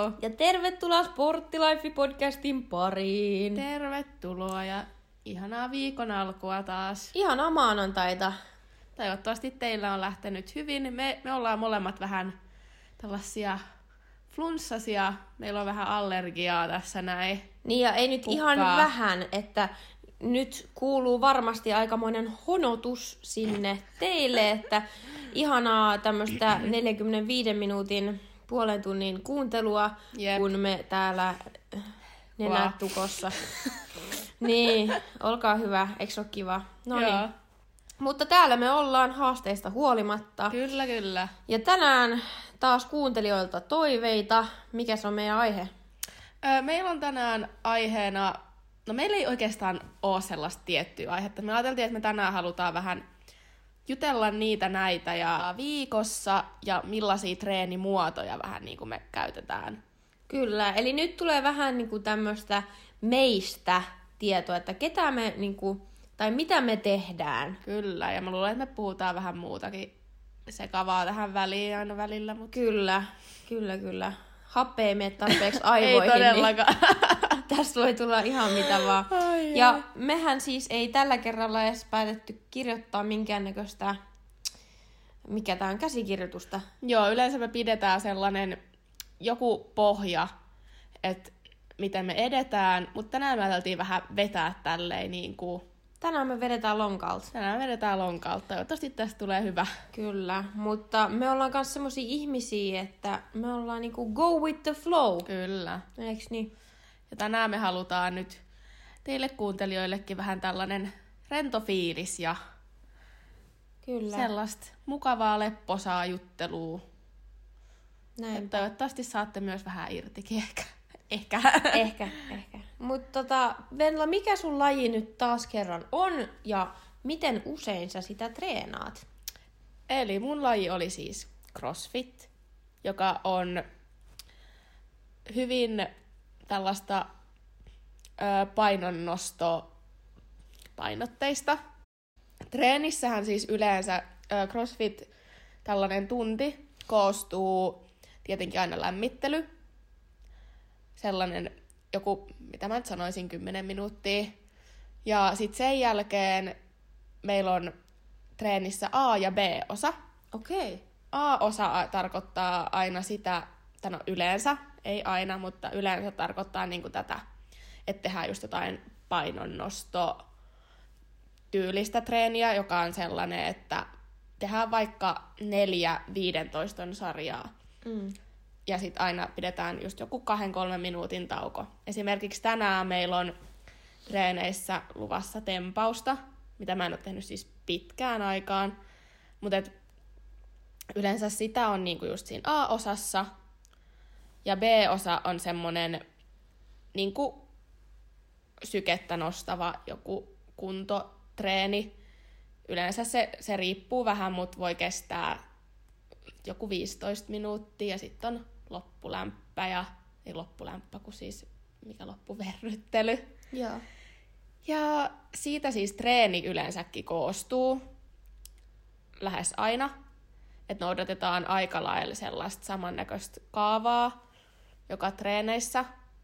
Moro! Ja tervetuloa Sporttilife-podcastin pariin. Tervetuloa ja ihanaa viikon alkua taas. Ihanaa maanantaita. Toivottavasti teillä on lähtenyt hyvin. Me ollaan molemmat vähän tällaisia flunssasia. Meillä on vähän allergiaa tässä näin. Niin ja ei nyt ihan vähän, että nyt kuuluu varmasti aikamoinen honotus sinne teille, että ihanaa tämmöistä 45 minuutin puolen tunnin kuuntelua, kun me täällä nenät tukossa. Niin, olkaa hyvä, eikö se ole kiva? No niin. Mutta täällä me ollaan haasteista huolimatta. Kyllä, kyllä. Ja tänään taas kuuntelijoilta toiveita. Mikä se on meidän aihe? Meillä on tänään aiheena, no meillä ei oikeastaan ole sellaista tiettyä aihetta. Me ajateltiin, että me tänään halutaan vähän jutella niitä näitä ja viikossa ja millaisia treenimuotoja vähän niin kuin me käytetään. Kyllä, eli nyt tulee vähän niin kuin tämmöistä meistä tietoa, että ketä me niin kuin, tai mitä me tehdään. Kyllä, ja mä luulen, että me puhutaan vähän muutakin sekavaa tähän väliin aina välillä. Mutta... Kyllä. Happea ei mene tarpeeksi aivoihin. Ei todellakaan. Niin tästä voi tulla ihan mitä vaan. Ja mehän siis ei tällä kerralla edes päätetty kirjoittaa minkäännäköistä, mikä tää on, käsikirjoitusta. Joo, yleensä me pidetään sellainen joku pohja, että miten me edetään, mutta tänään me ajateltiin vähän vetää tälleen niin kuin... Tänään me vedetään lonkalta. Toivottavasti tästä tulee hyvä. Kyllä, mutta me ollaan myös semmosia ihmisiä, että me ollaan niinku go with the flow. Kyllä. Eiks niin? Ja tänään me halutaan nyt teille kuuntelijoillekin vähän tällainen rento fiilis ja kyllä. Sellaista mukavaa lepposaa juttelua. Näin. Toivottavasti saatte myös vähän irtikin ehkä. Ehkä. Mutta Venla, mikä sun laji nyt taas kerran on ja miten usein sä sitä treenaat? Eli mun laji oli siis CrossFit, joka on hyvin tällaista painonnostopainotteista. Treenissähän siis yleensä CrossFit, tällainen tunti, koostuu tietenkin aina lämmittely. Sellainen joku, mitä mä nyt sanoisin, 10 minuuttia. Ja sitten sen jälkeen meillä on treenissä A- ja B-osa. Okei. A-osa tarkoittaa aina sitä, no yleensä, ei aina, mutta yleensä tarkoittaa niinku tätä, että tehdään just jotain painonnosto tyylistä treeniä, joka on sellainen, että tehdään vaikka 4-15 sarjaa. Ja sitten aina pidetään just joku 2-3 minuutin tauko. Esimerkiksi tänään meillä on treeneissä luvassa tempausta, mitä mä en ole tehnyt siis pitkään aikaan. Mutta yleensä sitä on niinku just siinä A-osassa. Ja B-osa on semmonen niinku sykettä nostava joku kuntotreeni. Yleensä se riippuu vähän, mutta voi kestää joku 15 minuuttia ja sitten on loppulämpä ja ei loppulämpä, kun siis mikä loppuverryttely. Joo. Ja siitä siis treeni yleensäkin koostuu lähes aina, että noudatetaan aika lailla sellaista samannäköistä kaavaa joka treeneissä.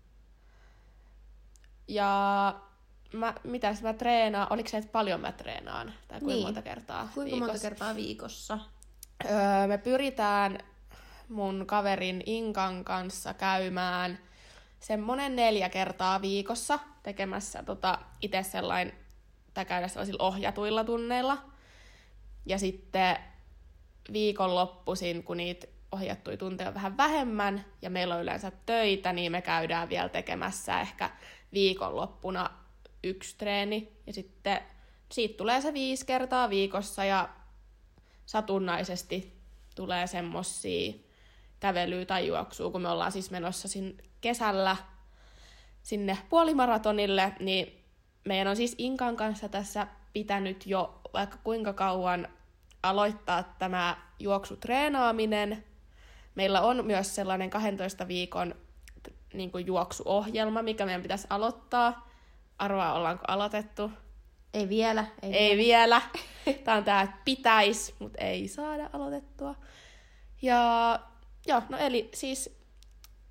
Ja mitäs mä treenaan, oliko se, että paljon mä treenaan? Tai kuinka monta kertaa monta kertaa viikossa? Me pyritään mun kaverin Inkan kanssa käymään semmonen 4 kertaa viikossa tekemässä itse sellainen, tai käydä sellaisilla ohjatuilla tunneilla. Ja sitten viikonloppuisin, kun niitä ohjattuja tunteja on vähän vähemmän ja meillä on yleensä töitä, niin me käydään vielä tekemässä ehkä viikonloppuna 1 treeni. Ja sitten siitä tulee se 5 kertaa viikossa ja satunnaisesti tulee semmosia kävelyä tai juoksua, kun me ollaan siis menossa kesällä sinne puolimaratonille, niin meidän on siis Inkan kanssa tässä pitänyt jo vaikka kuinka kauan aloittaa tämä juoksutreenaaminen. Meillä on myös sellainen 12 viikon niin kuin juoksuohjelma, mikä meidän pitäisi aloittaa. Arvaa, ollaanko aloitettu? Ei vielä. Ei vielä. Tää on tää, että pitäisi, mutta ei saada aloitettua. Ja joo, no eli siis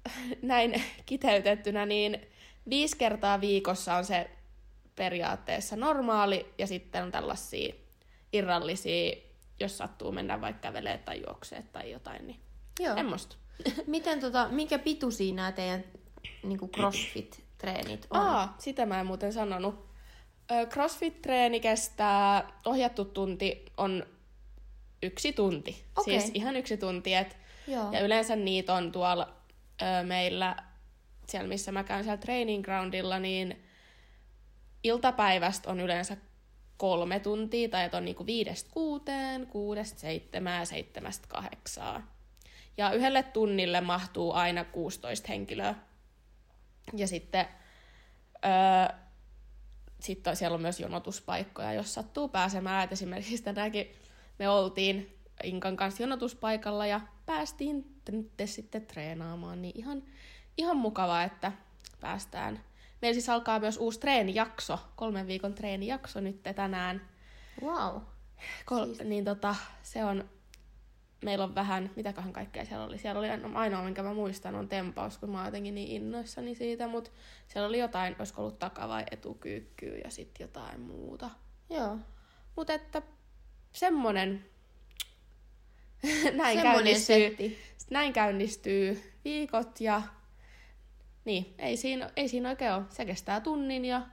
näin kiteytettynä, niin 5 kertaa viikossa on se periaatteessa normaali, ja sitten on tällaisia irrallisia, jos sattuu mennä vaikka kävelee tai juoksee tai jotain, niin Joo. semmoista. Miten minkä pituisia nämä teidän niinku CrossFit-treenit on? Sitä mä en muuten sanonut. CrossFit-treeni kestää, ohjattu tunti on 1 tunti. Okei. Siis ihan 1 tunti. Joo. Ja yleensä niitä on tuolla meillä, siellä missä mä käyn siellä training groundilla, niin iltapäivästä on yleensä 3 tuntia, tai että on niinku 5-6, 6-7, 7-8. Ja 1 tunnille mahtuu aina 16 henkilöä. Ja sitten siellä on myös jonotuspaikkoja, jos sattuu pääsemään. Et esimerkiksi tänäänkin me oltiin Inkan kanssa jonotuspaikalla ja päästiin nyt sitten treenaamaan. Niin ihan mukavaa, että päästään. Meillä siis alkaa myös uusi treenijakso, 3 viikon treenijakso nyt tänään. Wow. Niin se on, meillä on vähän, mitäköhän kaikkea siellä oli. Siellä oli ainoa, minkä mä muistan, on tempaus, kun mä oon jotenkin niin innoissani siitä, mutta siellä oli jotain, olisiko ollut taka- vai etukyykkyä ja sitten jotain muuta. Joo. Mutta että semmonen näin käynnistyy viikot ja niin, ei siinä oikein ole. Se kestää tunnin ja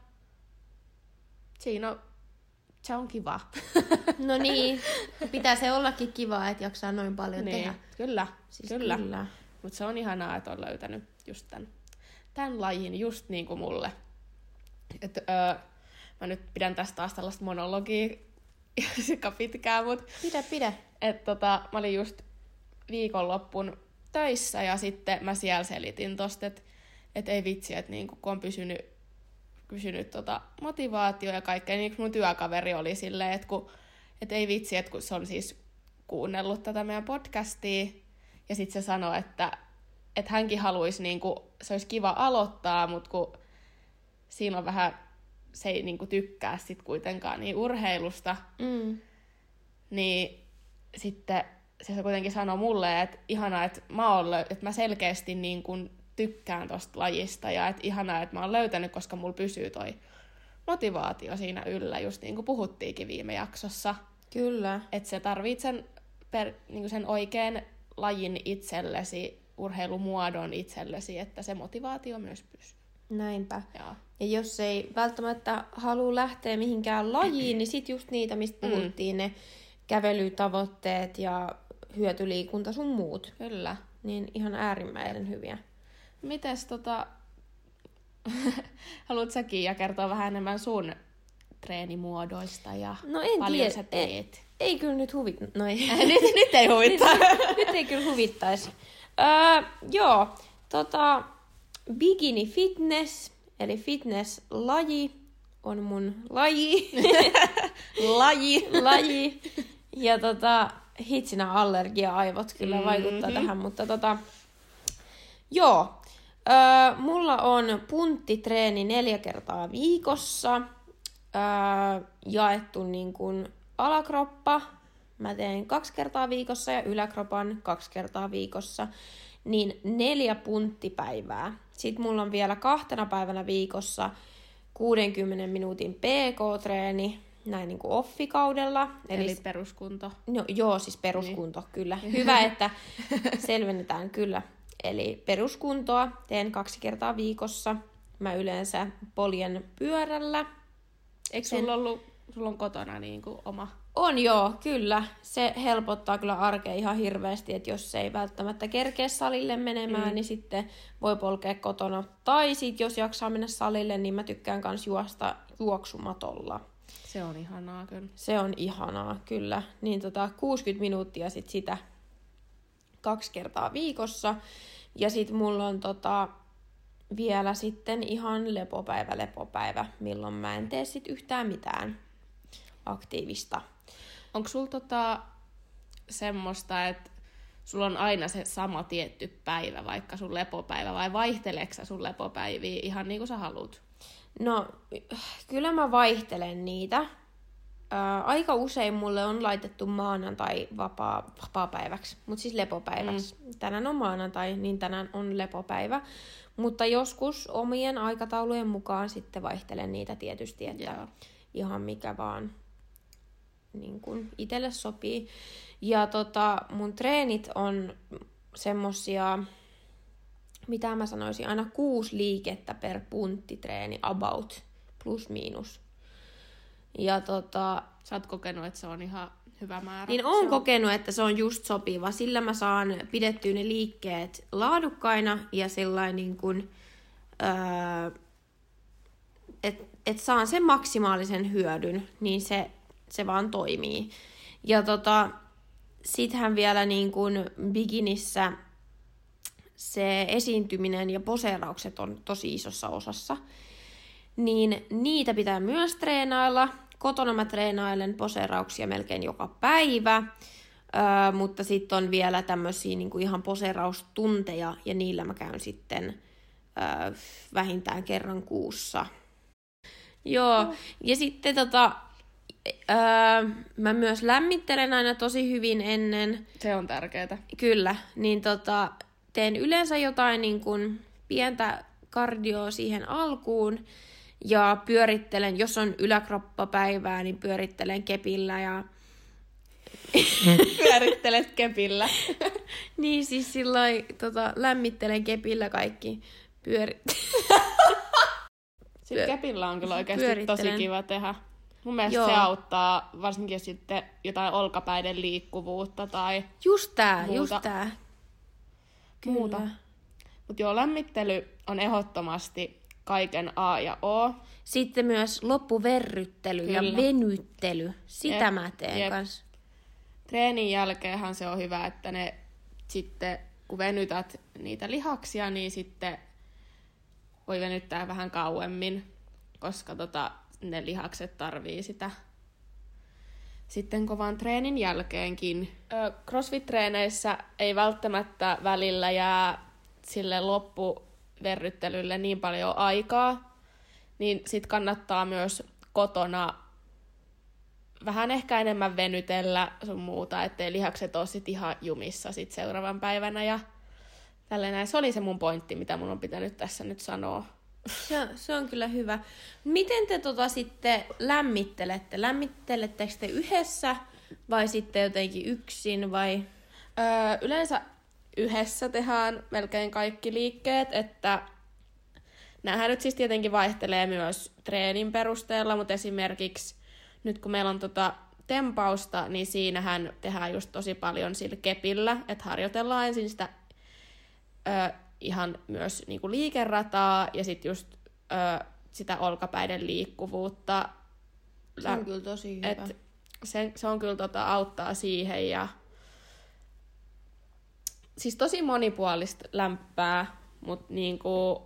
se on kiva. No niin, pitää se ollakin kiva, että jaksaa noin paljon tehdä. Kyllä, Siis kyllä. Mutta se on ihanaa, että on löytänyt just tämän lajin just niin kuin mulle. Mä nyt pidän tästä taas tällaista monologia aika pitkään, mutta Pidä. Mä olin just viikonloppun töissä ja sitten mä siellä selitin tosta, että ei vitsi, että niinku, kun on pysynyt motivaatio ja kaikkea, niin mun työkaveri oli silleen, että ei vitsi, että kun se on siis kuunnellut tätä meidän podcastia ja sitten se sanoi, että hänkin haluaisi, niinku, se olisi kiva aloittaa, mutta kun siinä on vähän, se ei niinku tykkää sit kuitenkaan niin urheilusta, niin sitten se kuitenkin sanoi mulle, että ihanaa, että mä selkeästi niin kuin tykkään tosta lajista ja että ihanaa, että mä oon löytänyt, koska mulla pysyy toi motivaatio siinä yllä, just niin kuin puhuttiinkin viime jaksossa. Kyllä. Että se tarvitsee niin sen oikean lajin itsellesi, urheilumuodon itsellesi, että se motivaatio myös pysyy. Näinpä. Ja jos ei välttämättä halua lähteä mihinkään lajiin, niin sit just niitä, mistä puhuttiin, ne kävelytavoitteet ja hyötyliikunta sun muut. Kyllä. Niin ihan äärimmäisen hyviä. Mites haluat säkin ja kertoa vähän enemmän sun treenimuodoista ja no en paljon tiedä. sä teet? Ei kyllä nyt nyt ei huvittaa. nyt ei kyllä huvittaisi. Joo, bikini fitness, eli fitness-laji on mun laji. laji. Ja hitsinä allergia-aivot kyllä vaikuttaa tähän, mutta joo. Mulla on punttitreeni 4 kertaa viikossa. Jaettu niin kuin alakroppa. Mä teen 2 kertaa viikossa ja yläkropan 2 kertaa viikossa. Niin 4 punttipäivää. Sitten mulla on vielä 2 päivänä viikossa 60 minuutin PK-treeni. Näin niin kuin offikaudella. Eli peruskunto. No, joo, siis peruskunto, niin. Kyllä. Hyvä, että selvennetään kyllä. Eli peruskuntoa teen 2 kertaa viikossa. Mä yleensä poljen pyörällä. Eikö sulla on kotona niin kuin oma? On joo, kyllä. Se helpottaa kyllä arkea ihan hirveästi, että jos ei välttämättä kerkeä salille menemään, niin sitten voi polkea kotona. Tai sit jos jaksaa mennä salille, niin mä tykkään kans juosta juoksumatolla. Se on ihanaa kyllä. Se on ihanaa, kyllä. Niin 60 minuuttia sit sitä 2 kertaa viikossa. Ja sit mulla on vielä sitten ihan lepopäivä, milloin mä en tee sit yhtään mitään aktiivista. Onko sulla semmoista, että sulla on aina se sama tietty päivä, vaikka sun lepopäivä, vai vaihteleeko sä sun lepopäiviä ihan niin kuin sä haluut? No, kyllä mä vaihtelen niitä. aika usein mulle on laitettu maanantai vapaapäiväksi, mutta siis lepopäiväksi. Tänään on maanantai, niin tänään on lepopäivä. Mutta joskus omien aikataulujen mukaan sitten vaihtelen niitä tietysti, että ihan mikä vaan niin kun itselle sopii. Ja mun treenit on semmosia, mitä mä sanoisin, aina 6 liikettä per punttitreeni, about, plus miinus. Ja sä oot kokenut, että se on ihan hyvä määrä. Niin oon kokenut, että se on just sopiva. Sillä mä saan pidettyä ne liikkeet laadukkaina ja sellainen niin kuin, että saan sen maksimaalisen hyödyn, niin se vaan toimii. Ja sittenhän vielä niin kuin bikinissä se esiintyminen ja poseeraukset on tosi isossa osassa. Niin niitä pitää myös treenailla. Kotona mä treenailen poseerauksia melkein joka päivä, mutta sitten on vielä tämmöisiä niinku ihan poseeraustunteja, ja niillä mä käyn sitten vähintään kerran kuussa. Joo, ja sitten mä myös lämmittelen aina tosi hyvin ennen. Se on tärkeää. Kyllä, niin teen yleensä jotain niin kuin pientä kardioa siihen alkuun, ja pyörittelen, jos on yläkroppapäivää, niin pyörittelen kepillä ja... Pyörittelet kepillä. Niin, siis silloin lämmittelen kepillä kaikki Sitten kepillä on kyllä oikeasti tosi kiva tehdä. Mun mielestä se auttaa varsinkin sitten jotain olkapäiden liikkuvuutta tai just tää. Muuta. Mutta joo, lämmittely on ehdottomasti kaiken A ja O. Sitten myös loppuverryttely ja venyttely. Sitä mä teen kanssa. Treenin jälkeenhän se on hyvä, että ne sitten, kun venytät niitä lihaksia, niin sitten voi venyttää vähän kauemmin, koska ne lihakset tarvii sitä sitten kovan treenin jälkeenkin. CrossFit-treeneissä ei välttämättä välillä jää sille loppuverryttelylle niin paljon aikaa, niin sit kannattaa myös kotona vähän ehkä enemmän venytellä sun muuta, ettei lihakset ole sit ihan jumissa sit seuraavan päivänä. Ja tälleen. Se oli se mun pointti, mitä mun on pitänyt tässä nyt sanoa. Se on kyllä hyvä. Miten te sitten lämmittelette? Lämmittelettekö te yhdessä vai sitten jotenkin yksin vai? Yleensä yhdessä tehdään melkein kaikki liikkeet, että näähän nyt siis tietenkin vaihtelee myös treenin perusteella, mutta esimerkiksi nyt kun meillä on tempausta, niin siinähän tehdään just tosi paljon sillä kepillä, että harjoitellaan ensin sitä ihan myös niinku liikerataa ja sitten just sitä olkapäiden liikkuvuutta. Se on kyllä tosi hyvä. Se on kyllä auttaa siihen ja siis tosi monipuolista lämpää, mutta niinku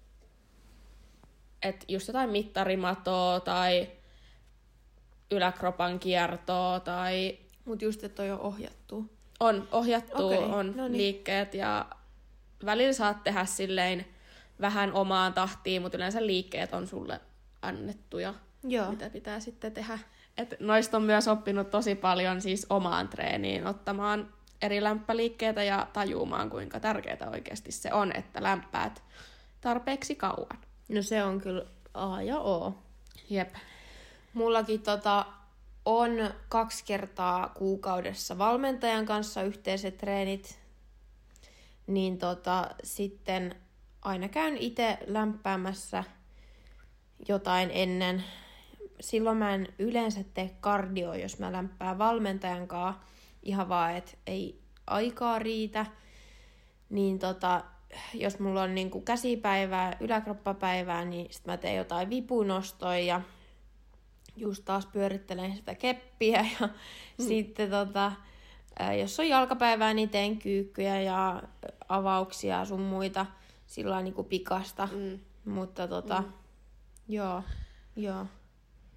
et just jotain mittarimatoa tai yläkropan kiertoa tai... Mut just, että toi on ohjattu. On ohjattu, on liikkeet ja välillä saat tehdä silleen vähän omaan tahtiin, mutta yleensä liikkeet on sulle annettuja, mitä pitää sitten tehdä. Et noista on myös oppinut tosi paljon siis omaan treeniin ottamaan eri lämppäliikkeitä ja tajumaan, kuinka tärkeää oikeasti se on, että lämpäät tarpeeksi kauan. No se on kyllä A ja O. Jep. Mullakin on 2 kertaa kuukaudessa valmentajan kanssa yhteiset treenit, niin sitten aina käyn itse lämpäämässä jotain ennen. Silloin mä en yleensä tee kardioa, jos mä lämpään valmentajan kanssa, ihan vaan, että ei aikaa riitä. Niin jos mulla on niinku käsipäivää, yläkroppapäivää, niin sit mä teen jotain vipunostoja ja just taas pyörittelen sitä keppiä ja sitten jos on jalkapäivää, niin teen kyykkyjä ja avauksia sun muita sillä niinku pikasta. Mutta joo.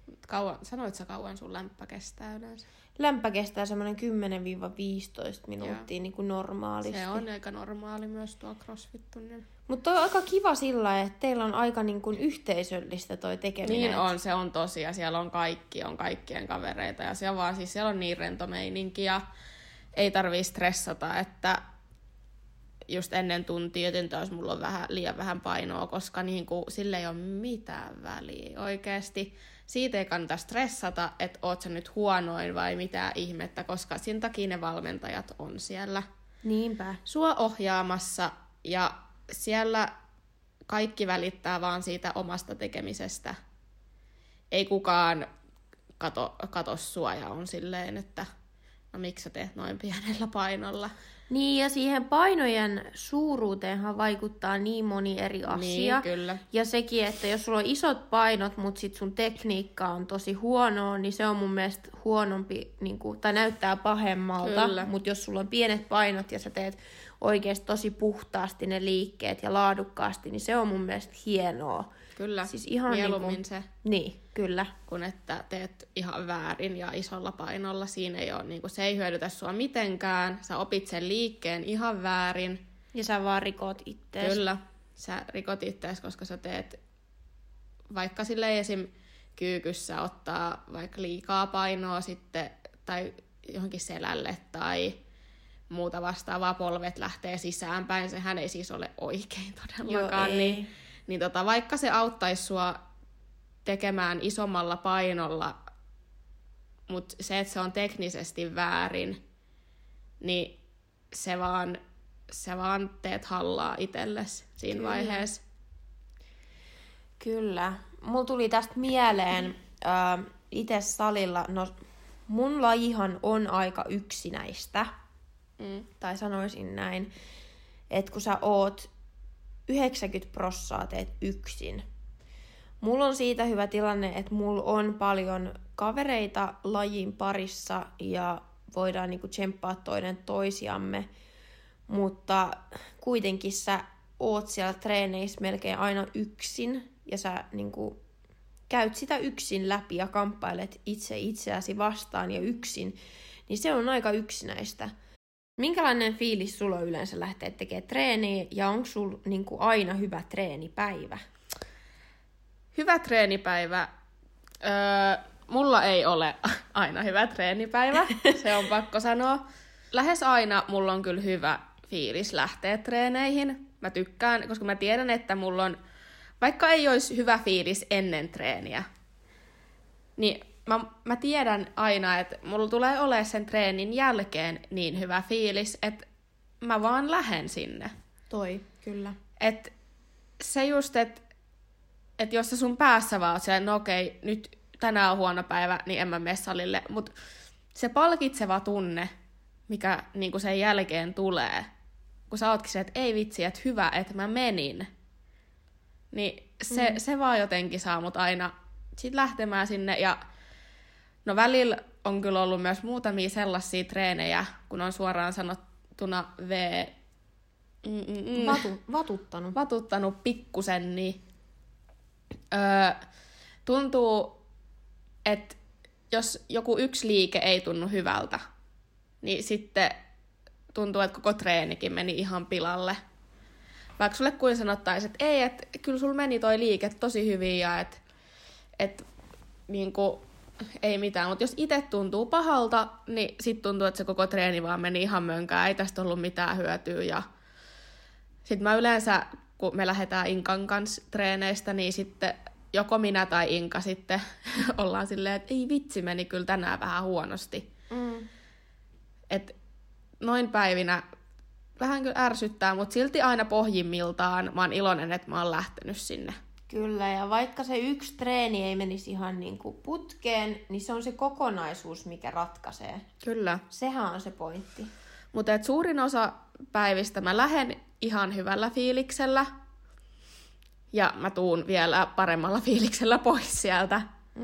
Sanoit sä kauan sun lämpö kestää yleensä? Lämpö kestää semmoinen 10-15 minuuttia niin kuin normaalisti. Se on aika normaali myös tuo CrossFit-tunnilla. Mutta toi on aika kiva sillä, että teillä on aika niin kuin yhteisöllistä toi tekeminen. Niin on, se on tosia. Siellä on kaikkien kavereita ja se on vaan, siis siellä on niin rento meininki ja ei tarvii stressata, että just ennen tuntia jos mulla on liian vähän painoa, koska niinku, sille ei ole mitään väliä oikeasti. Siitä ei kannata stressata, että oot sä nyt huonoin vai mitään ihmettä, koska sen takia ne valmentajat on siellä. Niinpä. Sua ohjaamassa ja siellä kaikki välittää vaan siitä omasta tekemisestä. Ei kukaan kato sua ja on silleen, että no miksi sä teet noin pienellä painolla. Niin, ja siihen painojen suuruuteenhan vaikuttaa niin moni eri asia. Niin, kyllä. Ja sekin, että jos sulla on isot painot, mutta sit sun tekniikka on tosi huonoa, niin se on mun mielestä huonompi, niin kuin, tai näyttää pahemmalta. Mutta jos sulla on pienet painot ja sä teet oikeasti tosi puhtaasti ne liikkeet ja laadukkaasti, niin se on mun mielestä hienoa. Kyllä, siis ihan mieluummin niin kuin, se. Niin, kyllä. Kun että teet ihan väärin ja isolla painolla. Siinä ei ole, niin kuin, se ei hyödytä sua mitenkään. Sä opit sen liikkeen ihan väärin. Ja sä vaan rikot ittees. Kyllä, sä rikot ittees, koska sä teet vaikka silleen esim. Kyykyssä ottaa vaikka liikaa painoa sitten, tai johonkin selälle tai muuta vastaavaa, polvet lähtee sisäänpäin. Sehän ei siis ole oikein todellakaan. Joo, ei. Niin vaikka se auttaisi sua tekemään isommalla painolla, mutta se, että se on teknisesti väärin, niin se vaan teet hallaa itsellesi siinä vaiheessa. Kyllä. Mulla tuli tästä mieleen itse salilla, no mun lajihan on aika yksinäistä, tai sanoisin näin, että kun sä oot 90% teet yksin. Mulla on siitä hyvä tilanne, että mulla on paljon kavereita lajin parissa ja voidaan niinku tsemppaa toinen toisiamme, mutta kuitenkin sä oot siellä treeneissä melkein aina yksin ja sä niinku käyt sitä yksin läpi ja kamppailet itseäsi vastaan ja yksin, niin se on aika yksinäistä. Minkälainen fiilis sulla on yleensä lähteä tekemään treeniä ja onko sulla niinku aina hyvä treenipäivä? Hyvä treenipäivä. Mulla ei ole aina hyvä treenipäivä, se on pakko sanoa. Lähes aina mulla on kyllä hyvä fiilis lähteä treeneihin. Mä tykkään, koska mä tiedän, että mulla on, vaikka ei olisi hyvä fiilis ennen treeniä, niin mä tiedän aina, että mulla tulee olemaan sen treenin jälkeen niin hyvä fiilis, että mä vaan lähden sinne. Kyllä. Et se just, että jos sä sun päässä vaan oot siellä, no okei, nyt tänään on huono päivä, niin en mä mene salille. Mutta se palkitseva tunne, mikä niinku sen jälkeen tulee, kun sä ootkin se, että ei vitsi, että hyvä, että mä menin, niin se vaan jotenkin saa mut aina sit lähtemään sinne. Ja no välillä on kyllä ollut myös muutamia sellaisia treenejä, kun on suoraan sanottuna vatuttanut pikkusen, niin tuntuu, että jos joku yksi liike ei tunnu hyvältä, niin sitten tuntuu, että koko treenikin meni ihan pilalle. Vaikka sulle kuin sanottaisiin, että ei, että kyllä sulla meni toi liike tosi hyvin ja että niinku, ei mitään. Mutta jos itse tuntuu pahalta, niin sitten tuntuu, että se koko treeni vaan meni ihan mönkään. Ei tästä ollut mitään hyötyä. Ja sitten mä yleensä, kun me lähdetään Inkan kanssa treeneistä, niin sitten joko minä tai Inka sitten ollaan silleen, että ei vitsi, meni kyllä tänään vähän huonosti. Että noin päivinä vähän kyllä ärsyttää, mutta silti aina pohjimmiltaan mä oon iloinen, että mä oon lähtenyt sinne. Kyllä, ja vaikka se yksi treeni ei menisi ihan niin kuin putkeen, niin se on se kokonaisuus, mikä ratkaisee. Kyllä. Sehän on se pointti. Mutta suurin osa päivistä mä lähden ihan hyvällä fiiliksellä, ja mä tuun vielä paremmalla fiiliksellä pois sieltä.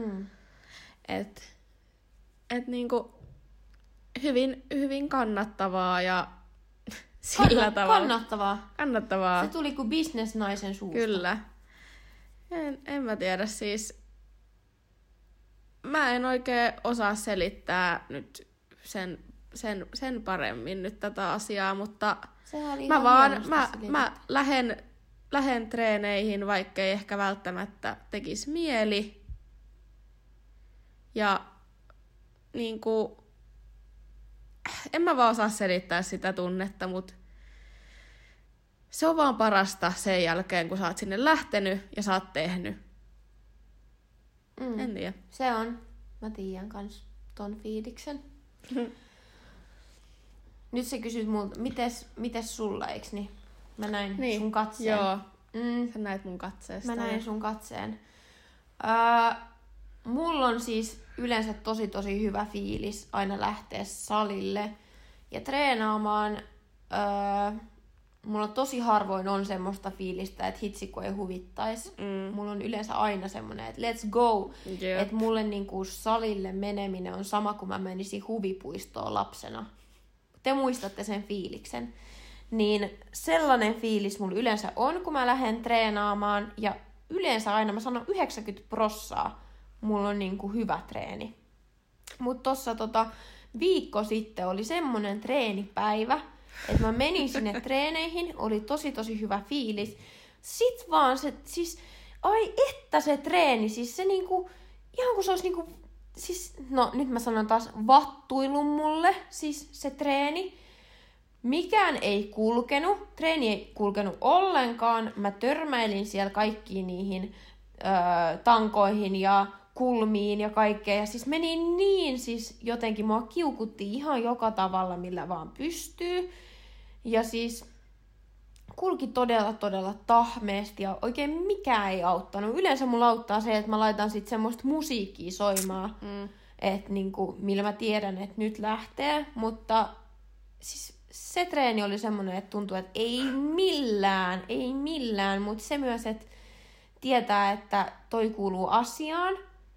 Et niinku hyvin kannattavaa ja sillä tavalla. Kannattavaa. Se tuli kuin businessnaisen suusta. Kyllä. En mä tiedä siis. mä en oikein osaa selittää nyt sen paremmin nyt tätä asiaa, mutta mä lähen treeneihin, vaikkei ehkä välttämättä tekisi mieli. Ja niinku, en mä vaan osaa selittää sitä tunnetta, mutta se on vaan parasta sen jälkeen, kun sä oot sinne lähtenyt ja sä oot tehnyt. En tiedä. Se on. Mä tiedän kans ton fiiliksen. Nyt sä kysyt multa, mites sulla, eiks niin? Mä näin sun katseen. Joo, sä näit mun katseesta. Mä näin sun katseen. Mulla on siis yleensä tosi hyvä fiilis aina lähteä salille ja treenaamaan. Mulla tosi harvoin on semmoista fiilistä, että hitsi kun ei huvittais. Mulla on yleensä aina semmoinen, että let's go. Yep. Että mulle niinku salille meneminen on sama kuin mä menisin huvipuistoon lapsena. Te muistatte sen fiiliksen. Niin sellainen fiilis mulla yleensä on, kun mä lähden treenaamaan. Ja yleensä aina, mä sanon 90% mulla on niinku hyvä treeni. Mut tossa viikko sitten oli semmonen treenipäivä, että mä menin sinne treeneihin, oli tosi hyvä fiilis. Sit vaan se, siis, ai että se treeni, siis se niinku, ihan kun se olisi niinku, siis, no nyt mä sanon taas vattuilu mulle, siis se treeni. Mikään ei kulkenut, treeni ei kulkenut ollenkaan. Mä törmäilin siellä kaikkiin niihin tankoihin ja kulmiin ja kaikkea. Ja siis meni niin, siis jotenkin mua kiukutti ihan joka tavalla, millä vaan pystyy. Ja siis kulki todella tahmeesti ja oikein mikään ei auttanut. Yleensä mulla auttaa se, että mä laitan sit semmoista musiikkia soimaan, että niinku, millä mä tiedän, että nyt lähtee. Mutta siis se treeni oli semmoinen, että tuntui, että ei millään, mutta se myös, että tietää, että toi kuuluu asiaan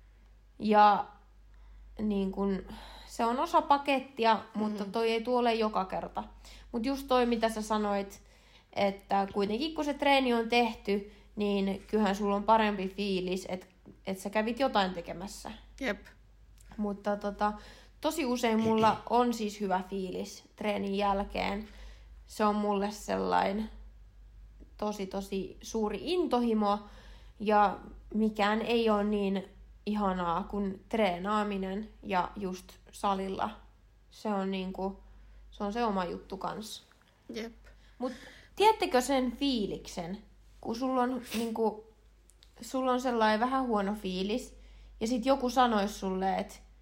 ja niin kun, se on osa pakettia, mutta toi ei tuole joka kerta. Mutta just toi, mitä sä sanoit, että kuitenkin kun se treeni on tehty, niin kyllähän sulla on parempi fiilis, että sä kävit jotain tekemässä. Jep. Mutta tosi usein mulla on siis hyvä fiilis treenin jälkeen. Se on mulle sellainen tosi suuri intohimo ja mikään ei ole niin ihanaa kuin treenaaminen ja just salilla. Se on niinku, se on se oma juttu kanssa. Jep. Mut tiedättekö sen fiiliksen, kun sulla on sellainen vähän huono fiilis ja sit joku sanois sulle,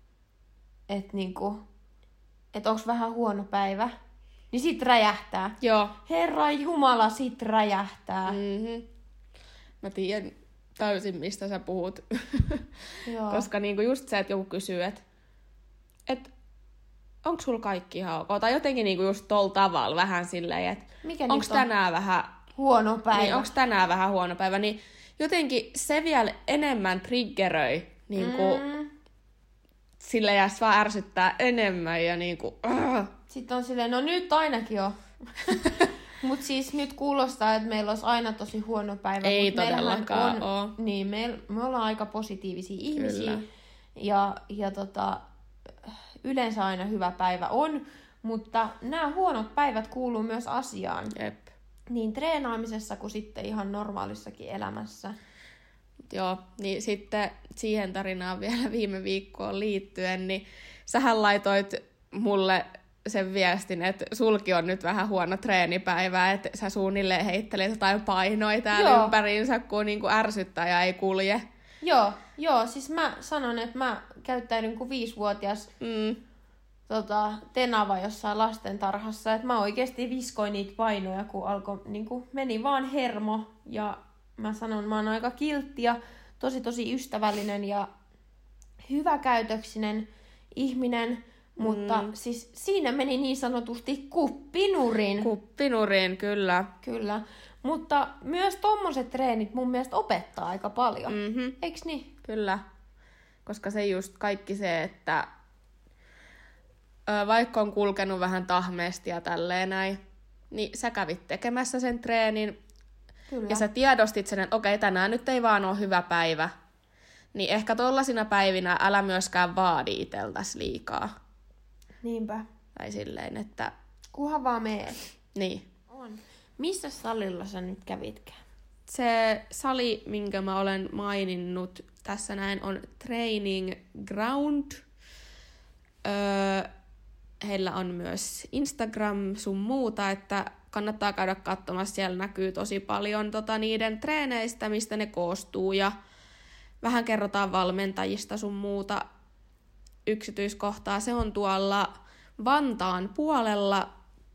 että onks vähän huono päivä, niin sit räjähtää. Joo. Herra Jumala, sit räjähtää. Mä tiedän täysin, mistä sä puhut. Joo. Koska niinku just se, että joku kysyy, että onko sulla kaikki ihan ok? Tai jotenkin niinku just tolla tavalla vähän silleen, että onko tänään vähän huono päivä. Niin, onko tänään vähän huono päivä. Niin jotenkin se vielä enemmän triggeröi niinku sille ja vaan ärsyttää enemmän ja niinku Sitten on silleen, no nyt ainakin on. Mut siis nyt kuulostaa, että meillä olisi aina tosi huono päivä. Ei todellakaan ole. Niin, me ollaan aika positiivisia ihmisiä. Kyllä. Ja yleensä aina hyvä päivä on. Mutta nämä huonot päivät kuuluu myös asiaan. Jep. Niin treenaamisessa kuin sitten ihan normaalissakin elämässä. Joo, niin sitten siihen tarinaan vielä viime viikkoon liittyen, niin sähän laitoit mulle sen viestin, että sulki on nyt vähän huono treenipäivä, että sä suunnilleen heittelet jotain painoja täällä ympäriinsä, kun niinku ärsyttää ja ei kulje. Joo, siis mä sanon, että mä käyttäydyn kuin 5-vuotias tenava jossain lastentarhassa, että mä oikeasti viskoin niitä painoja, kun meni vaan hermo ja mä sanon, mä oon aika kiltti ja tosi ystävällinen ja hyväkäytöksinen ihminen, mutta siis siinä meni niin sanotusti kuppinurin. Kuppinurin, kyllä. Kyllä, mutta myös tommoset treenit mun mielestä opettaa aika paljon, eiks niin? Kyllä, koska se just kaikki se, että vaikka on kulkenut vähän tahmeesti ja tälleen näin, niin sä kävit tekemässä sen treenin. Kyllä. Ja sä tiedostit sen, että okei, tänään nyt ei vaan ole hyvä päivä. Niin ehkä tollasina päivinä älä myöskään vaadi iteltäs liikaa. Niinpä. Tai silleen, että... Kuhan vaan meet. Niin. On. Missä salilla sä nyt kävitkään? Se sali, minkä mä olen maininnut tässä näin, on Training Ground. Heillä on myös Instagram sun muuta, että kannattaa käydä katsomassa. Siellä näkyy tosi paljon niiden treeneistä, mistä ne koostuu, ja vähän kerrotaan valmentajista sun muuta yksityiskohtaa. Se on tuolla Vantaan puolella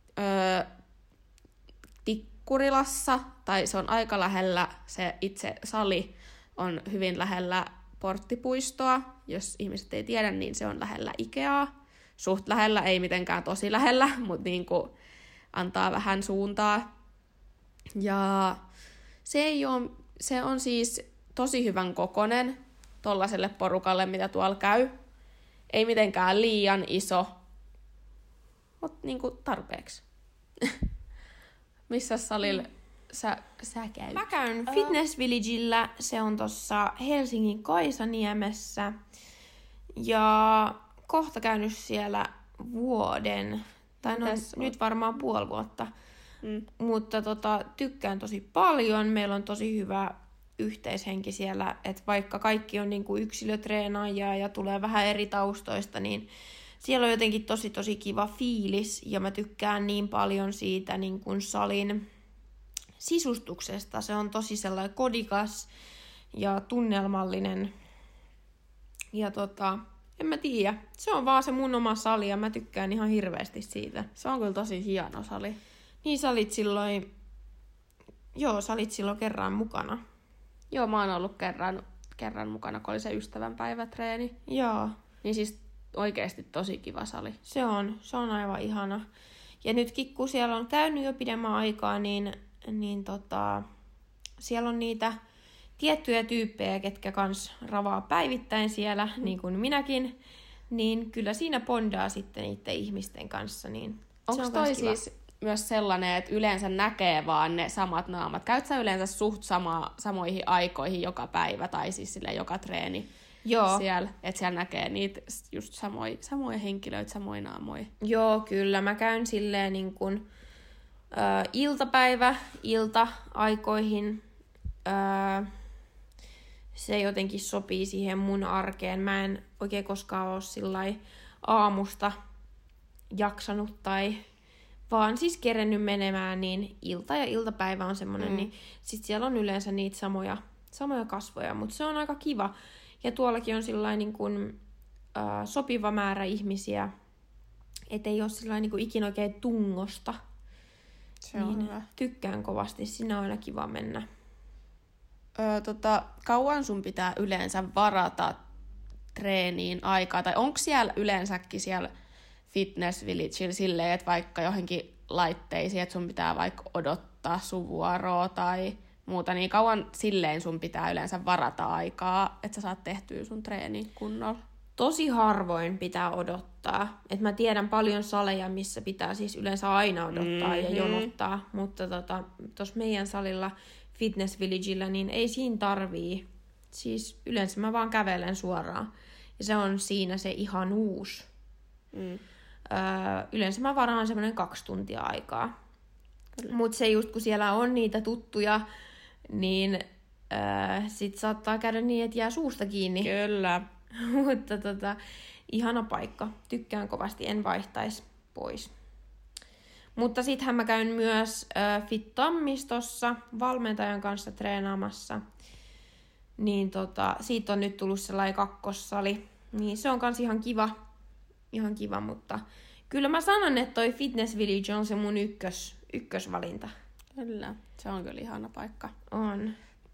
Tikkurilassa, tai se on aika lähellä, se itse sali on hyvin lähellä Porttipuistoa. Jos ihmiset ei tiedä, niin se on lähellä Ikeaa. Suht lähellä, ei mitenkään tosi lähellä, mutta niinku antaa vähän suuntaa. Ja se on siis tosi hyvän kokonen tollaselle porukalle, mitä tuolla käy. Ei mitenkään liian iso, mutta niinku tarpeeksi. Missä salilla sä käyt? Mä käyn Fitness Villagellä, se on tossa Helsingin Kaisaniemessä. Ja kohta käynyt siellä vuoden, tai no nyt varmaan puoli vuotta. Mutta tykkään tosi paljon, meillä on tosi hyvä yhteishenki siellä, että vaikka kaikki on niinku yksilötreenaajia ja tulee vähän eri taustoista, niin siellä on jotenkin tosi kiva fiilis, ja mä tykkään niin paljon siitä niin kuin salin sisustuksesta. Se on tosi sellainen kodikas ja tunnelmallinen. Ja en mä tiedä. Se on vaan se mun oma sali, ja mä tykkään ihan hirveästi siitä. Se on kyllä tosi hieno sali. Niin sä olit silloin kerran mukana. Joo, mä oon ollut kerran mukana, kun oli se ystävänpäivätreeni. Joo. Niin siis oikeesti tosi kiva sali. Se on aivan ihana. Ja nytkin kun siellä on käynyt jo pidemmän aikaa, niin siellä on niitä tiettyjä tyyppejä, ketkä kans ravaa päivittäin siellä, niin kuin minäkin. Niin kyllä siinä bondaa sitten niiden ihmisten kanssa. Niin onko toi siis myös sellainen, että yleensä näkee vaan ne samat naamat? Käyt sä yleensä suht samoihin aikoihin joka päivä tai siis sille joka treeni? Joo. Siellä, että siellä näkee niitä just samoja henkilöitä, samoja naamoja. Joo, kyllä. Mä käyn silleen niin kuin ilta-aikoihin. Se jotenkin sopii siihen mun arkeen. Mä en oikein koskaan ole sillai aamusta jaksanut tai vaan siis kerennyt menemään, niin ilta ja iltapäivä on semmonen, niin sit siellä on yleensä niitä samoja kasvoja, mutta se on aika kiva. Ja tuollakin on sillain niin kuin, sopiva määrä ihmisiä, ettei ole sillain niin kuin ikinä oikein tungosta. Se on hyvä. Tykkään kovasti, sinne on aina kiva mennä. Kauan sun pitää yleensä varata treeniin aikaa, tai onko siellä yleensäkin siellä Fitness Villagella silleen, että vaikka johonkin laitteisiin, että sun pitää vaikka odottaa sun vuoroa tai muuta, niin kauan silleen sun pitää yleensä varata aikaa, että sä saat tehtyä sun treenin kunnolla? Tosi harvoin pitää odottaa. Et mä tiedän paljon saleja, missä pitää siis yleensä aina odottaa ja jonottaa, mutta tuossa meidän salilla Fitness Villagella, niin ei siinä tarvii. Siis yleensä mä vaan kävelen suoraan. Ja se on siinä se ihanuus. Yleensä mä varaan semmoinen 2 tuntia aikaa. Mutta se just kun siellä on niitä tuttuja, niin sit saattaa käydä niin, että jää suusta kiinni. Kyllä. Mutta ihana paikka. Tykkään kovasti, en vaihtaisi pois. Mutta sittenhän mä käyn myös Fit-Tammistossa valmentajan kanssa treenaamassa. Niin siitä on nyt tullut sellainen 2-sali. Niin se on kans ihan kiva. Ihan kiva, mutta kyllä mä sanon, että toi Fitness Village on se mun ykkösvalinta. Kyllä, se on kyllä ihana paikka. On.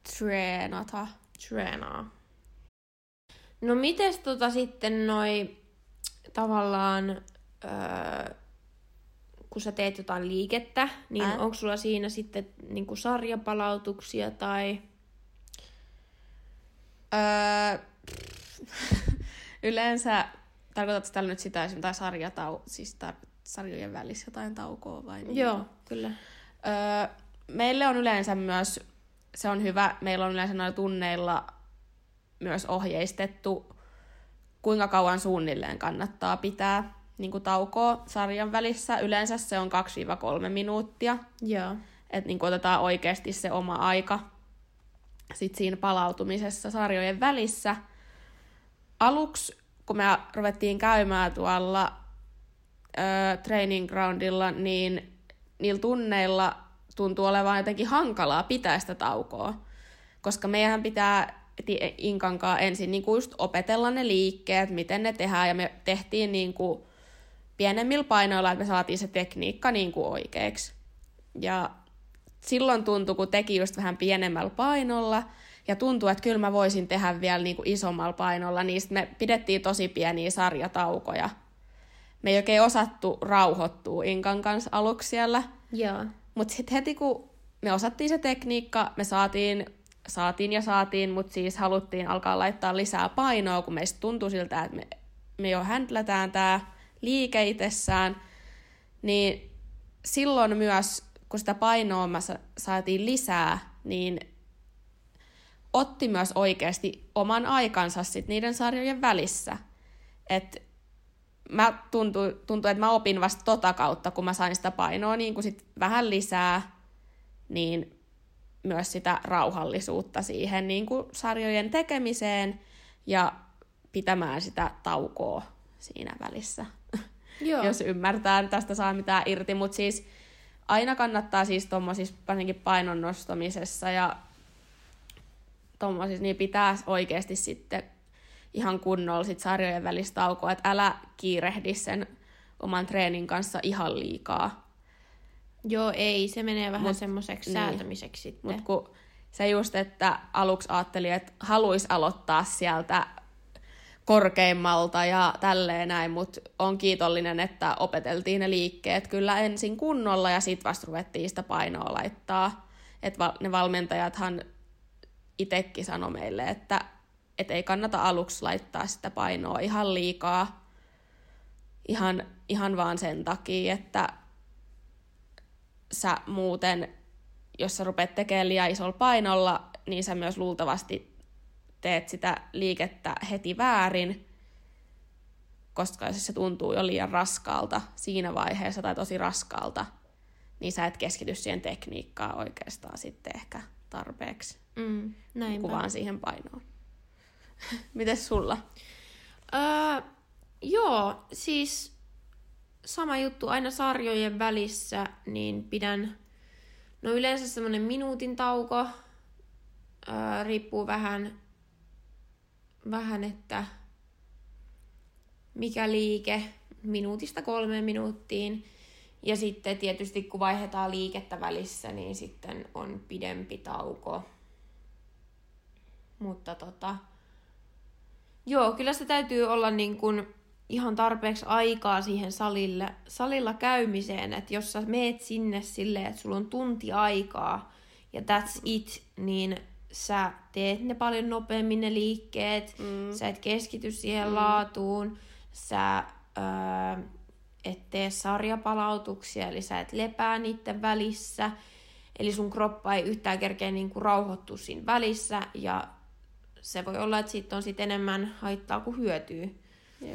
Treenaa. No mites sitten noi tavallaan, kun sä teet jotain liikettä, niin onko sulla siinä sitten niinku sarjapalautuksia tai? Yleensä, tarkoitatko tällä nyt sitä siis sarjojen välissä jotain taukoa vai? Niin? Joo, kyllä. Meille on yleensä myös, se on hyvä, meillä on yleensä noilla tunneilla myös ohjeistettu, kuinka kauan suunnilleen kannattaa pitää niin kuin taukoa sarjan välissä. Yleensä se on 2-3 minuuttia. Joo. Että niin otetaan oikeasti se oma aika sit siinä palautumisessa sarjojen välissä. Aluksi, kun me ruvettiin käymään tuolla training groundilla, niin niillä tunneilla tuntuu olevan jotenkin hankalaa pitää sitä taukoa. Koska meidän pitää Inkankaan ensin niin kuin just opetella ne liikkeet, miten ne tehdään, ja me tehtiin niin kuin pienemmillä painoilla, että me saatiin se tekniikka niin kuin oikeaksi. Ja silloin tuntui, kun teki just vähän pienemmällä painolla, ja tuntui, että kyllä mä voisin tehdä vielä niin kuin isommalla painolla, niin me pidettiin tosi pieniä sarjataukoja. Me ei oikein osattu rauhoittua Inkan kanssa aluksi siellä. Joo. Mutta sitten heti, kun me osattiin se tekniikka, me saatiin, mutta siis haluttiin alkaa laittaa lisää painoa, kun meistä tuntui siltä, että me jo händlätään tämä liike itsessään, niin silloin myös, kun sitä painoa saatiin lisää, niin otti myös oikeasti oman aikansa sit niiden sarjojen välissä. Et tuntui, että mä opin vasta tota kautta, kun mä sain sitä painoa niin kun sit vähän lisää, niin myös sitä rauhallisuutta siihen niin kuin sarjojen tekemiseen ja pitämään sitä taukoa siinä välissä. Joo. Jos ymmärtää, tästä saa mitään irti, mutta siis aina kannattaa siis tommosissa varsinkin painon nostamisessa ja tommosissa, niin pitää oikeasti sitten ihan kunnolla sit sarjojen välistä taukoa, että älä kiirehdi sen oman treenin kanssa ihan liikaa. Joo, ei. Se menee vähän semmoiseksi säätämiseksi sitten. Mutta kun se just, että aluksi ajattelin, että haluaisi aloittaa sieltä korkeimmalta ja tälleen näin, mutta on kiitollinen, että opeteltiin ne liikkeet kyllä ensin kunnolla ja sitten vasta ruvettiin sitä painoa laittaa. Että ne valmentajathan itsekin sanoi meille, että ei kannata aluksi laittaa sitä painoa ihan liikaa. Ihan vaan sen takia, että sä muuten, jos sä rupeat tekemään liian isolla painolla, niin sä myös luultavasti teet sitä liikettä heti väärin, koska se tuntuu jo liian raskaalta siinä vaiheessa tai tosi raskaalta, niin sä et keskity siihen tekniikkaan oikeastaan sitten ehkä tarpeeksi. Kuvaan siihen painoon. Mites sulla? Joo, siis sama juttu aina sarjojen välissä, niin pidän yleensä semmoinen minuutin tauko. Riippuu vähän, että mikä liike, 1-3 minuuttiin. Ja sitten tietysti kun vaihdetaan liikettä välissä, niin sitten on pidempi tauko. Mutta joo, kyllä se täytyy olla niin kuin ihan tarpeeksi aikaa siihen salilla käymiseen, että jos sä meet sinne silleen, että sulla on tunti aikaa ja that's it, niin sä teet ne paljon nopeammin ne liikkeet, sä et keskity siihen laatuun, sä et tee sarjapalautuksia, eli sä et lepää niiden välissä, eli sun kroppa ei yhtään kerkeä niinku rauhoittua siinä välissä, ja se voi olla, että siitä on sit enemmän haittaa kuin hyötyä. Jep.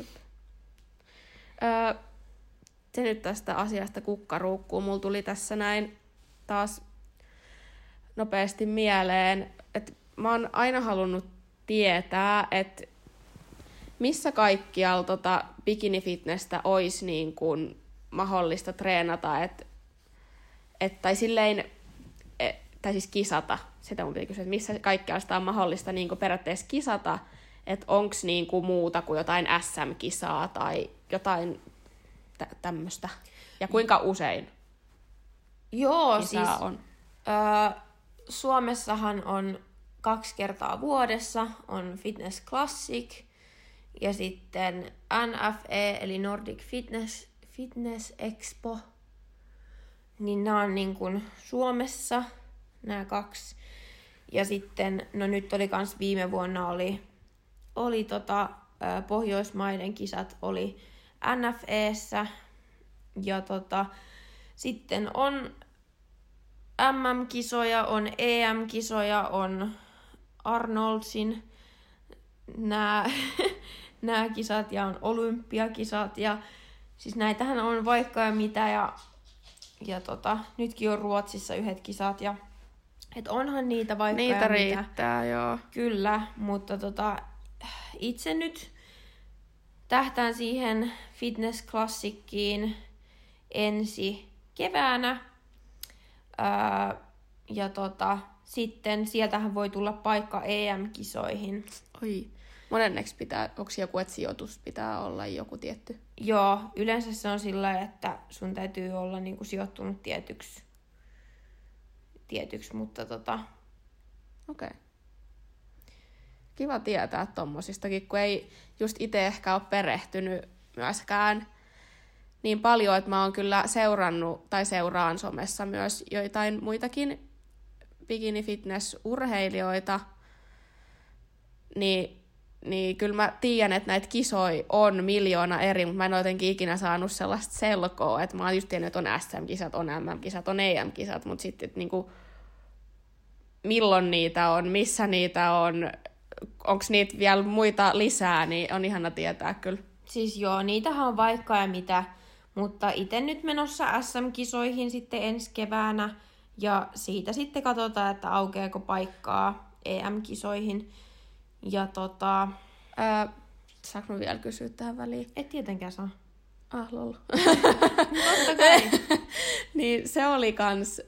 Se nyt tästä asiasta kukkaruukkuu. Mulla tuli tässä näin taas nopeasti mieleen, että mä oon aina halunnut tietää, että missä kaikkialla bikini-fitnessä olisi niin kuin mahdollista treenata, tai silleen, tai siis kisata. Sitä mun piti kysyä, että missä kaikkialla sitä on mahdollista niin kuin periaatteessa kisata, että onko niin kuin muuta kuin jotain SM-kisaa tai jotain tämmöistä. Ja kuinka usein Joo, siis on? Suomessahan on 2 kertaa vuodessa, on Fitness Classic ja sitten NFE eli Nordic Fitness Expo. Niin nämä on niin kuin Suomessa nämä 2. Ja sitten, no nyt oli kans viime vuonna oli Pohjoismaiden kisat oli NFE:ssä ja sitten on MM-kisoja, on EM-kisoja, on Arnoldsin nämä kisat ja on olympiakisat ja siis näitähän on vaikka ja mitä ja nytkin on Ruotsissa yhdet kisat ja et onhan niitä vaikka niitä ja riittää, mitä. joo. Kyllä, mutta itse nyt tähtään siihen Fitness Classickiin ensi keväänä. Ja sitten sieltähän voi tulla paikka EM-kisoihin. Oi. Monenneksi onko joku, että sijoitus pitää olla joku tietty? Joo, yleensä se on sillä, että sun täytyy olla niinku sijoittunut tietyksi, mutta Okei. Kiva tietää tommosistakin, kun ei just itse ehkä ole perehtynyt myöskään niin paljon, että mä oon kyllä seurannut tai seuraan somessa myös joitain muitakin bikini-fitness-urheilijoita, niin kyllä mä tiedän, että näitä kisoja on miljoona eri, mutta mä en ole jotenkin ikinä saanut sellaista selkoa, että mä oon just tiennyt, että on SM-kisat, on MM-kisat, on EM-kisat, mutta sitten niinku, milloin niitä on, missä niitä on, onko niitä vielä muita lisää, niin on ihana tietää kyllä. Siis joo, niitähän on vaikka ja mitä, mutta itse nyt menossa SM-kisoihin sitten ensi keväänä ja siitä sitten katsotaan, että aukeako paikkaa EM-kisoihin. Ja saanko mä vielä kysyä tähän väliin? et tietenkään saa. Lol. Totta kai. Niin se oli kans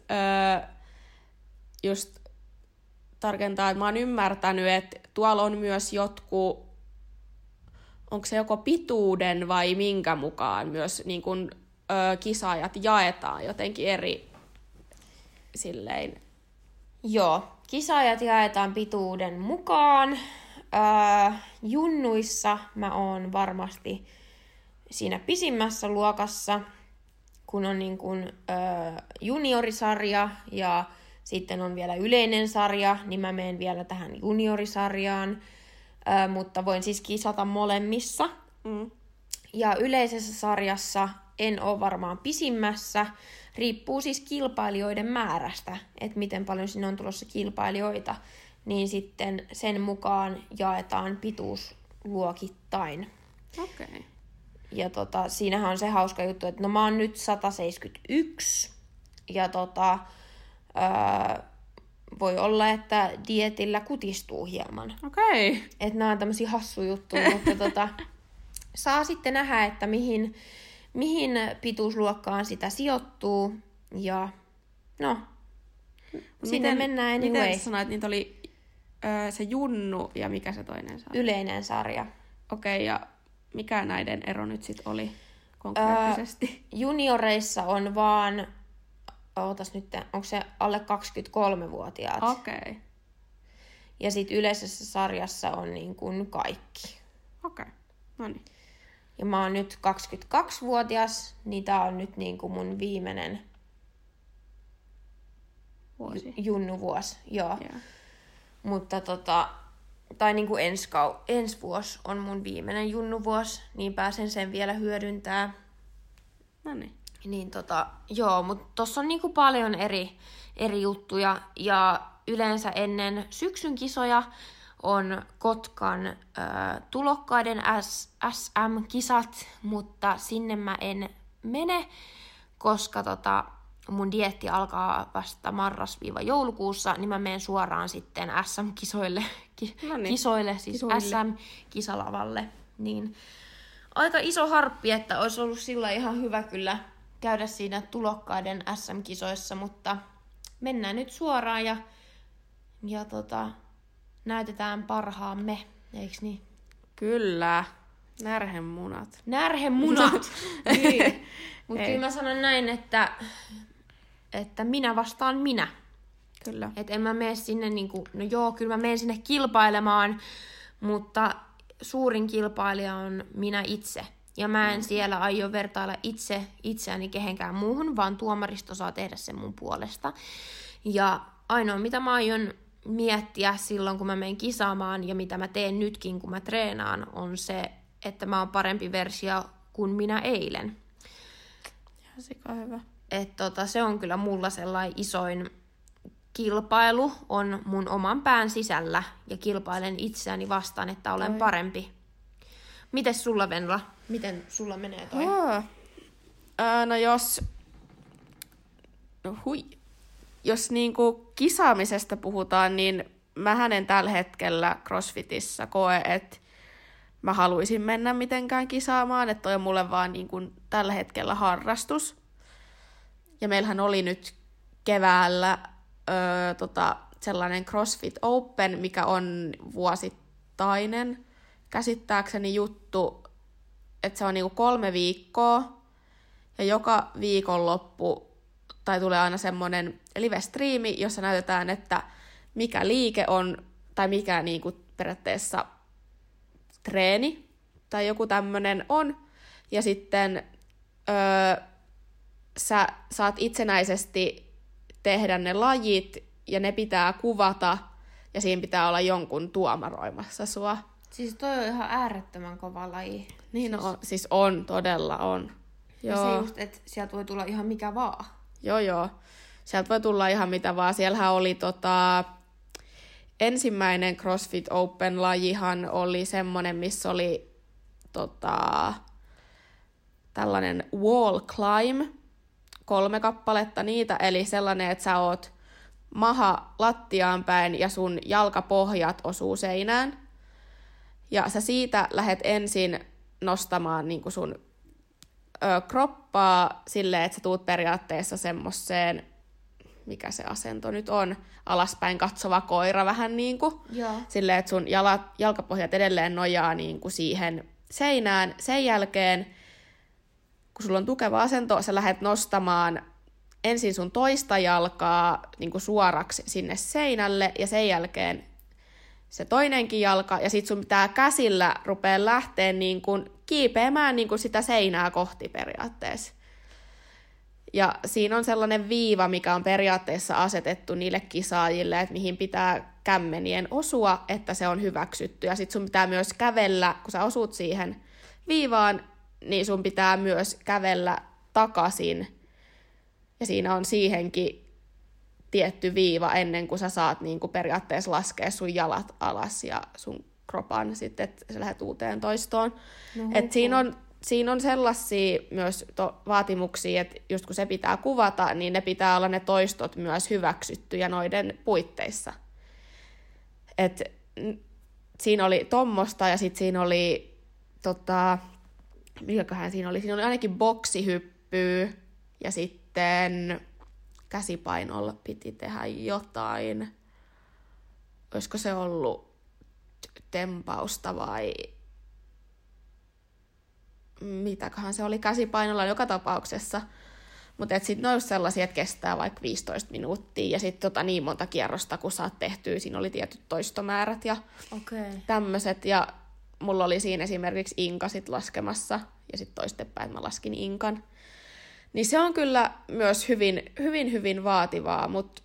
just tarkentaa, että mä oon ymmärtänyt, että tuolla on myös jotkut, onko se joko pituuden vai minkä mukaan myös niin kun, kisaajat jaetaan jotenkin eri silleen. Joo, kisaajat jaetaan pituuden mukaan. Junnuissa mä oon varmasti siinä pisimmässä luokassa, kun on niin kuin, juniorisarja ja sitten on vielä yleinen sarja, niin mä menen vielä tähän juniorisarjaan, mutta voin siis kisata molemmissa. Ja yleisessä sarjassa en ole varmaan pisimmässä, riippuu siis kilpailijoiden määrästä, että miten paljon sinne on tulossa kilpailijoita, niin sitten sen mukaan jaetaan pituusluokittain. Okei. Ja siinähän on se hauska juttu, että no mä oon nyt 171 ja voi olla, että dietillä kutistuu hieman. Okei. Että nämä on tämmöisiä hassuja juttuja, mutta saa sitten nähdä, että mihin pituusluokkaan sitä sijoittuu ja no, sinne mennään anyway. Miten sanoit, että niitä oli se junnu ja mikä se toinen sarja? Yleinen sarja. Okei, ja mikä näiden ero nyt sitten oli konkreettisesti? Junioreissa on vaan, ootas nyt, onko se alle 23-vuotiaat? Okei. Ja sitten yleisessä sarjassa on niin kuin kaikki. Okei, no niin. Ja mä oon nyt 22-vuotias, niin tää on nyt niin kuin mun viimeinen Vuosi. junnuvuosi. Joo. Yeah. Mutta tai niin kuin ensi vuosi on mun viimeinen junnuvuosi, niin pääsen sen vielä hyödyntää. No niin. Niin joo, mutta tossa on niinku paljon eri juttuja ja yleensä ennen syksyn kisoja on Kotkan tulokkaiden SM-kisat, mutta sinne mä en mene, koska mun dieetti alkaa vasta marras-joulukuussa, niin mä menen suoraan sitten SM-kisoille, kisoille, siis SM-kisalavalle. Niin aika iso harppi, että olisi ollut sillä ihan hyvä kyllä käydä siinä tulokkaiden SM-kisoissa, mutta mennään nyt suoraan ja näytetään parhaamme, eiks niin? Kyllä. Närhemunat. Närhemunat! Niin. Mutta kyllä mä sanon näin, että minä vastaan minä. Kyllä. Et en mä mene sinne niinku, no joo, kyllä mä menen sinne kilpailemaan, mutta suurin kilpailija on minä itse. Ja mä en siellä aio vertailla itseäni kehenkään muuhun, vaan tuomaristo saa tehdä sen mun puolesta. Ja ainoa, mitä mä aion miettiä silloin, kun mä menen kisaamaan, ja mitä mä teen nytkin, kun mä treenaan, on se, että mä oon parempi versio kuin minä eilen. Ihan sika hyvä. Se on kyllä mulla sellainen kilpailu on mun oman pään sisällä ja kilpailen itseäni vastaan, että olen parempi. Mites sulla, Venla? Miten sulla menee toi? No jos niinku kisaamisesta puhutaan, niin mähän en tällä hetkellä CrossFitissa koe, että mä haluaisin mennä mitenkään kisaamaan, että toi on mulle vaan niinku tällä hetkellä harrastus. Ja meillähän oli nyt keväällä sellainen CrossFit Open, mikä on vuosittainen käsittääkseni juttu, että se on niinku 3 viikkoa ja joka viikonloppu tai tulee aina semmoinen live-striimi, jossa näytetään, että mikä liike on tai mikä niinku periaatteessa treeni tai joku tämmöinen on. Ja sitten sä saat itsenäisesti tehdä ne lajit ja ne pitää kuvata ja siinä pitää olla jonkun tuomaroimassa sua. Siis toi on ihan äärettömän kova laji. Niin siis on, todella on. Ja se just, että sieltä voi tulla ihan mikä vaan. Joo. Sieltä voi tulla ihan mitä vaan. Siellähän oli ensimmäinen CrossFit Open-lajihan oli semmonen, missä oli tällainen wall climb, 3 kappaletta niitä, eli sellainen, että sä oot maha lattiaan päin ja sun jalkapohjat osuu seinään. Ja sä siitä lähdet ensin nostamaan niin sun kroppaa silleen, että sä tuut periaatteessa semmoseen, mikä se asento nyt on, alaspäin katsova koira vähän niinku. Silleen, että sun jalkapohjat edelleen nojaa niinku siihen seinään. Sen jälkeen, kun sulla on tukeva asento, sä lähdet nostamaan ensin sun toista jalkaa niinku suoraksi sinne seinälle ja sen jälkeen se toinenkin jalka, ja sit sun pitää käsillä rupea lähteä niin kun kiipeämään niin kun sitä seinää kohti periaatteessa. Ja siinä on sellainen viiva, mikä on periaatteessa asetettu niille kisaajille, että mihin pitää kämmenien osua, että se on hyväksytty. Ja sit sun pitää myös kävellä, kun sä osut siihen viivaan, niin sun pitää myös kävellä takaisin. Ja siinä on siihenkin tietty viiva ennen kuin sä saat niin kuin periaatteessa laskea sun jalat alas ja sun kropan sitten, että sä lähdet uuteen toistoon. Et siinä on sellaisia myös vaatimuksia, että just kun se pitää kuvata, niin ne pitää olla ne toistot myös hyväksyttyjä noiden puitteissa. Et siinä oli tommosta ja sitten siinä oli mikäköhän siinä oli? Siinä oli ainakin boksihyppyä ja sitten käsipainolla piti tehdä jotain. Olisiko se ollut tempausta vai mitäköhän se oli käsipainolla joka tapauksessa. Mutta sitten ne olisi sellaisia, että kestää vaikka 15 minuuttia ja sitten niin monta kierrosta, kun saat tehtyä. Siinä oli tietyt toistomäärät ja tämmöiset. Ja mulla oli siinä esimerkiksi inka sit laskemassa ja sitten toistepäin mä laskin inkan. Niin se on kyllä myös hyvin vaativaa, mutta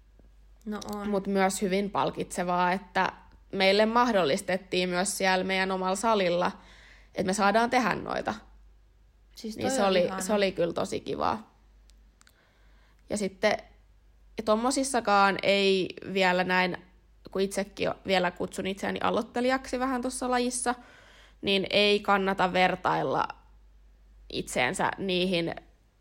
myös hyvin palkitsevaa, että meille mahdollistettiin myös siellä meidän omalla salilla, että me saadaan tehdä noita. Siis niin se oli kyllä tosi kivaa. Ja sitten tommosissakaan ei vielä näin, kun itsekin vielä kutsun itseäni aloittelijaksi vähän tuossa lajissa, niin ei kannata vertailla itseensä niihin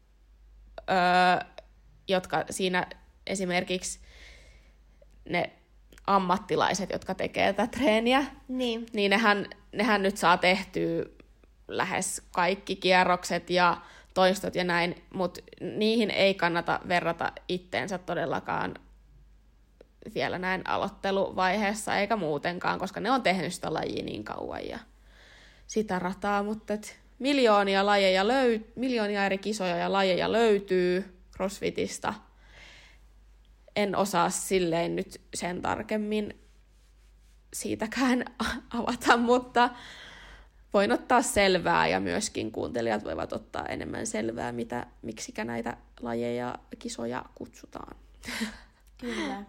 jotka siinä esimerkiksi ne ammattilaiset, jotka tekee tätä treeniä, niin nehän nyt saa tehtyä lähes kaikki kierrokset ja toistot ja näin, mutta niihin ei kannata verrata itteensä todellakaan vielä näin aloitteluvaiheessa eikä muutenkaan, koska ne on tehnyt sitä lajia niin kauan ja sitä rataa, mutta miljoonia eri kisoja ja lajeja löytyy CrossFitista. En osaa silleen nyt sen tarkemmin siitäkään avata, mutta voin ottaa selvää ja myöskin kuuntelijat voivat ottaa enemmän selvää, miksikä näitä lajeja ja kisoja kutsutaan. Kyllä.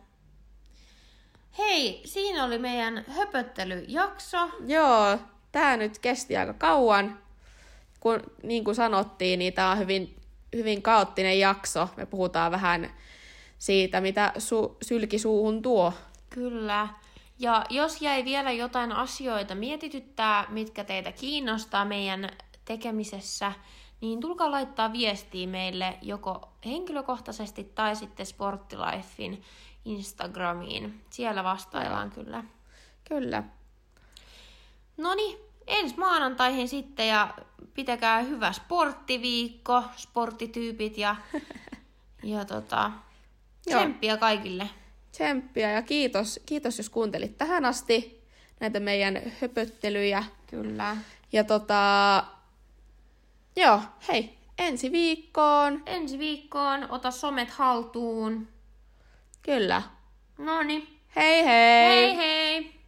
Hei, siinä oli meidän höpöttelyjakso. Joo, tää nyt kesti aika kauan. Niin kuin sanottiin, niin tää on hyvin kaoottinen jakso. Me puhutaan vähän siitä, mitä sylki suuhun tuo. Kyllä. Ja jos jäi vielä jotain asioita mietityttää, mitkä teitä kiinnostaa meidän tekemisessä, niin tulkaa laittaa viestiä meille joko henkilökohtaisesti tai sitten Sporttilifein Instagramiin. Siellä vastaillaan kyllä. Kyllä. Noniin, ensi maanantaihin sitten ja pitäkää hyvä sporttiviikko, sporttityypit ja tsemppiä kaikille. Tsemppiä ja kiitos jos kuuntelit tähän asti näitä meidän höpöttelyjä. Kyllä. Ja joo, hei, ensi viikkoon. Ensi viikkoon, ota somet haltuun. Kyllä. Noniin. Hei hei! Hei hei!